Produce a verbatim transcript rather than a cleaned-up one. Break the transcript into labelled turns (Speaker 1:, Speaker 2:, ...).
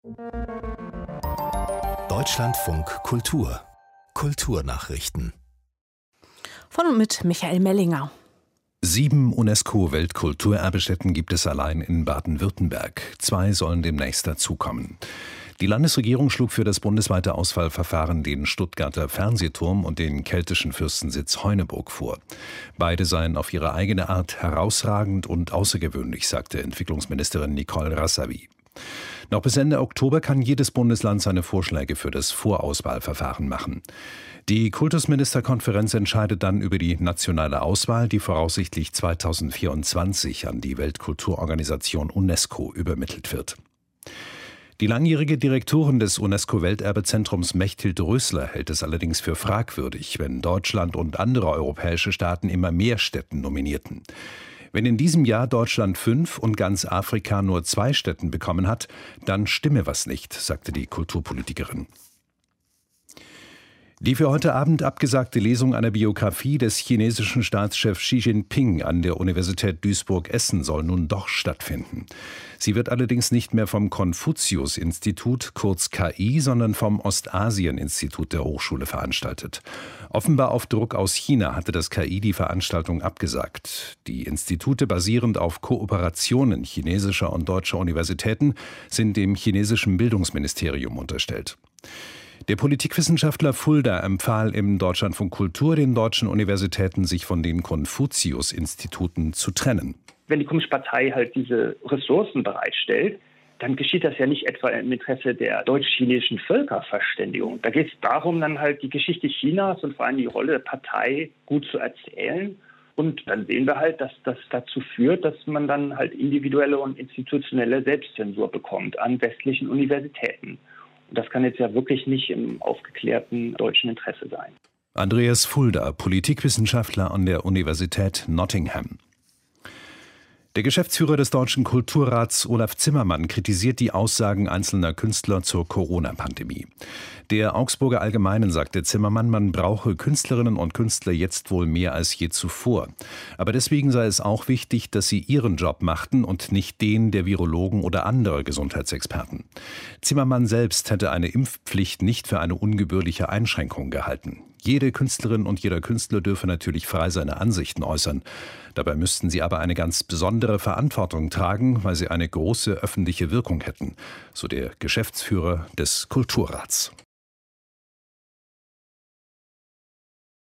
Speaker 1: Deutschlandfunk Kultur Kulturnachrichten
Speaker 2: Von und mit Michael Mellinger.
Speaker 3: Sieben UNESCO-Weltkulturerbestätten gibt es allein in Baden-Württemberg. Zwei sollen demnächst dazukommen. Die Landesregierung schlug für das bundesweite Auswahlverfahren den Stuttgarter Fernsehturm und den keltischen Fürstensitz Heuneburg vor. Beide seien auf ihre eigene Art herausragend und außergewöhnlich, sagte Entwicklungsministerin Nicole Rassavy. Noch bis Ende Oktober kann jedes Bundesland seine Vorschläge für das Vorauswahlverfahren machen. Die Kultusministerkonferenz entscheidet dann über die nationale Auswahl, die voraussichtlich zweitausendvierundzwanzig an die Weltkulturorganisation UNESCO übermittelt wird. Die langjährige Direktorin des UNESCO-Welterbezentrums Mechthild Rösler hält es allerdings für fragwürdig, wenn Deutschland und andere europäische Staaten immer mehr Stätten nominierten. Wenn in diesem Jahr Deutschland fünf und ganz Afrika nur zwei Stätten bekommen hat, dann stimme was nicht, sagte die Kulturpolitikerin. Die für heute Abend abgesagte Lesung einer Biografie des chinesischen Staatschefs Xi Jinping an der Universität Duisburg-Essen soll nun doch stattfinden. Sie wird allerdings nicht mehr vom Konfuzius-Institut, kurz K I, sondern vom Ostasien-Institut der Hochschule veranstaltet. Offenbar auf Druck aus China hatte das K I die Veranstaltung abgesagt. Die Institute, basierend auf Kooperationen chinesischer und deutscher Universitäten, sind dem chinesischen Bildungsministerium unterstellt. Der Politikwissenschaftler Fulda empfahl im Deutschlandfunk Kultur den deutschen Universitäten, sich von den Konfuzius-Instituten zu trennen.
Speaker 4: Wenn die Kommunistische Partei halt diese Ressourcen bereitstellt, dann geschieht das ja nicht etwa im Interesse der deutsch-chinesischen Völkerverständigung. Da geht es darum, dann halt die Geschichte Chinas und vor allem die Rolle der Partei gut zu erzählen. Und dann sehen wir halt, dass das dazu führt, dass man dann halt individuelle und institutionelle Selbstzensur bekommt an westlichen Universitäten. Das kann jetzt ja wirklich nicht im aufgeklärten deutschen Interesse sein.
Speaker 3: Andreas Fulda, Politikwissenschaftler an der Universität Nottingham. Der Geschäftsführer des Deutschen Kulturrats Olaf Zimmermann kritisiert die Aussagen einzelner Künstler zur Corona-Pandemie. Der Augsburger Allgemeinen sagte Zimmermann, man brauche Künstlerinnen und Künstler jetzt wohl mehr als je zuvor. Aber deswegen sei es auch wichtig, dass sie ihren Job machten und nicht den der Virologen oder anderer Gesundheitsexperten. Zimmermann selbst hätte eine Impfpflicht nicht für eine ungebührliche Einschränkung gehalten. Jede Künstlerin und jeder Künstler dürfe natürlich frei seine Ansichten äußern. Dabei müssten sie aber eine ganz besondere Verantwortung tragen, weil sie eine große öffentliche Wirkung hätten, so der Geschäftsführer des Kulturrats.